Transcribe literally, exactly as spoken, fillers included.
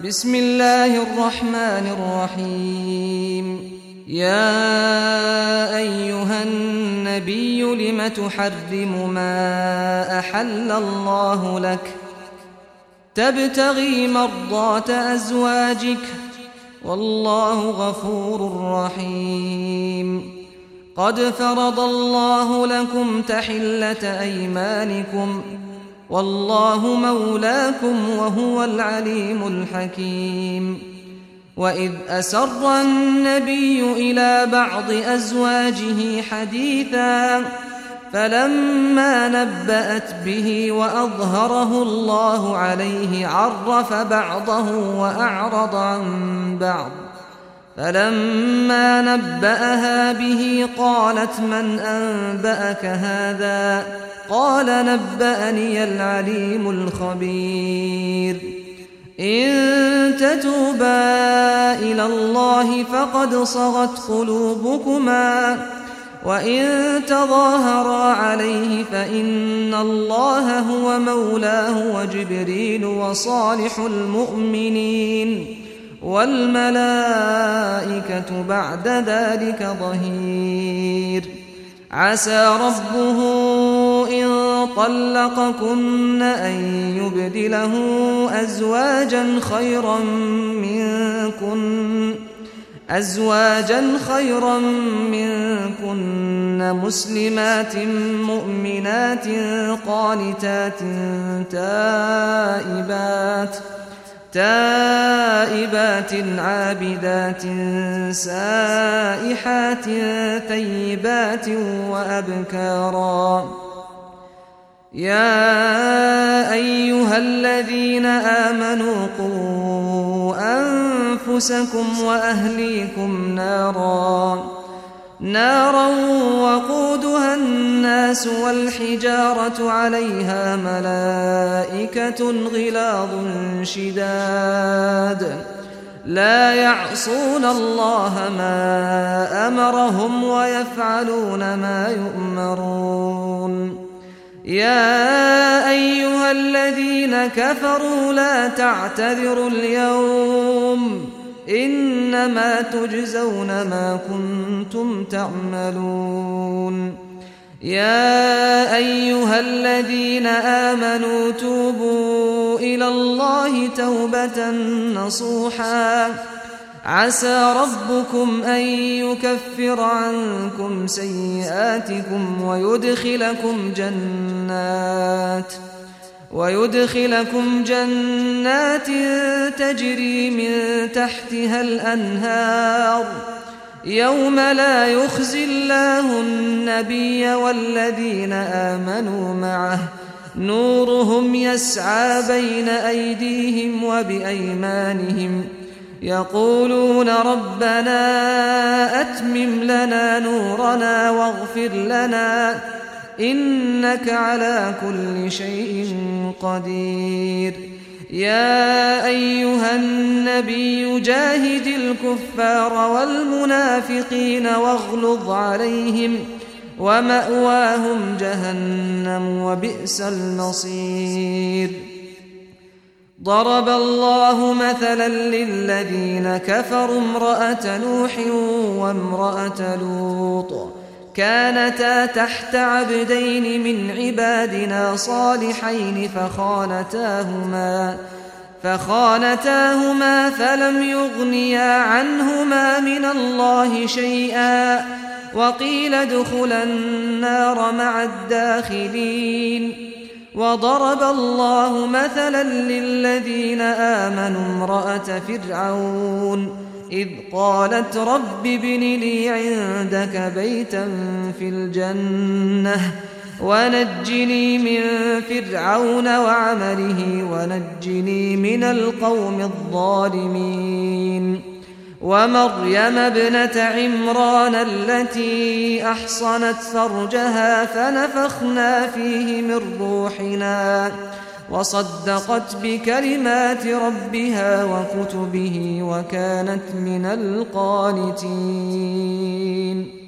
بسم الله الرحمن الرحيم. يا أيها النبي لم تحرم ما أحل الله لك تبتغي مرضات أزواجك والله غفور رحيم. قد فرض الله لكم تحلة أيمانكم والله مولاكم وهو العليم الحكيم. وإذ أسر النبي إلى بعض أزواجه حديثا فلما نبأت به وأظهره الله عليه عرف بعضه وأعرض عن بعض. فلما نبأها به قالت من أنبأك هذا؟ قال نبأني العليم الخبير. إن تتوبا إلى الله فقد صغت قلوبكما وإن تظاهرا عليه فإن الله هو مولاه وجبريل وصالح المؤمنين والملائكة بعد ذلك ظهير. عسى ربه إن طلقكن أن يبدله أزواجا خيرا منكن أزواجا خيرا منكن مسلمات مؤمنات قانتات تائبات تائبات عابدات سائحات ثيبات وأبكارا. يا أيها الذين آمنوا قوا أنفسكم وأهليكم نارا نارا وقودها الناس والحجارة عليها ملائكة غلاظ شداد لا يعصون الله ما أمرهم ويفعلون ما يؤمرون. يا أيها الذين كفروا لا تعتذروا اليوم إنما تجزون ما كنتم تعملون. يا أيها الذين آمنوا توبوا إلى الله توبة نصوحا عسى ربكم أن يكفر عنكم سيئاتكم ويدخلكم جنات ويدخلكم جنات تجري من تحتها الأنهار يوم لا يخزي الله النبي والذين آمنوا معه نورهم يسعى بين أيديهم وبأيمانهم يقولون ربنا أتمم لنا نورنا واغفر لنا إنك على كل شيء قدير. يا أيها النبي جاهد الكفار والمنافقين واغلظ عليهم ومأواهم جهنم وبئس المصير. ضرب الله مثلا للذين كفروا امرأة نوح وامرأة لوط كانتا تحت عبدين من عبادنا صالحين فخانتاهما فخانتاهما فلم يغنيا عنهما من الله شيئا وقيل ادخلا النار مع الداخلين. وضرب الله مثلا للذين آمنوا امرأة فرعون إذ قالت رب ابن لي عندك بيتا في الجنة ونجني من فرعون وعمله ونجني من القوم الظالمين. ومريم ابنة عمران التي أحصنت فرجها فنفخنا فيه من روحنا وصدقت بكلمات ربها وكتبه وكانت من القانتين.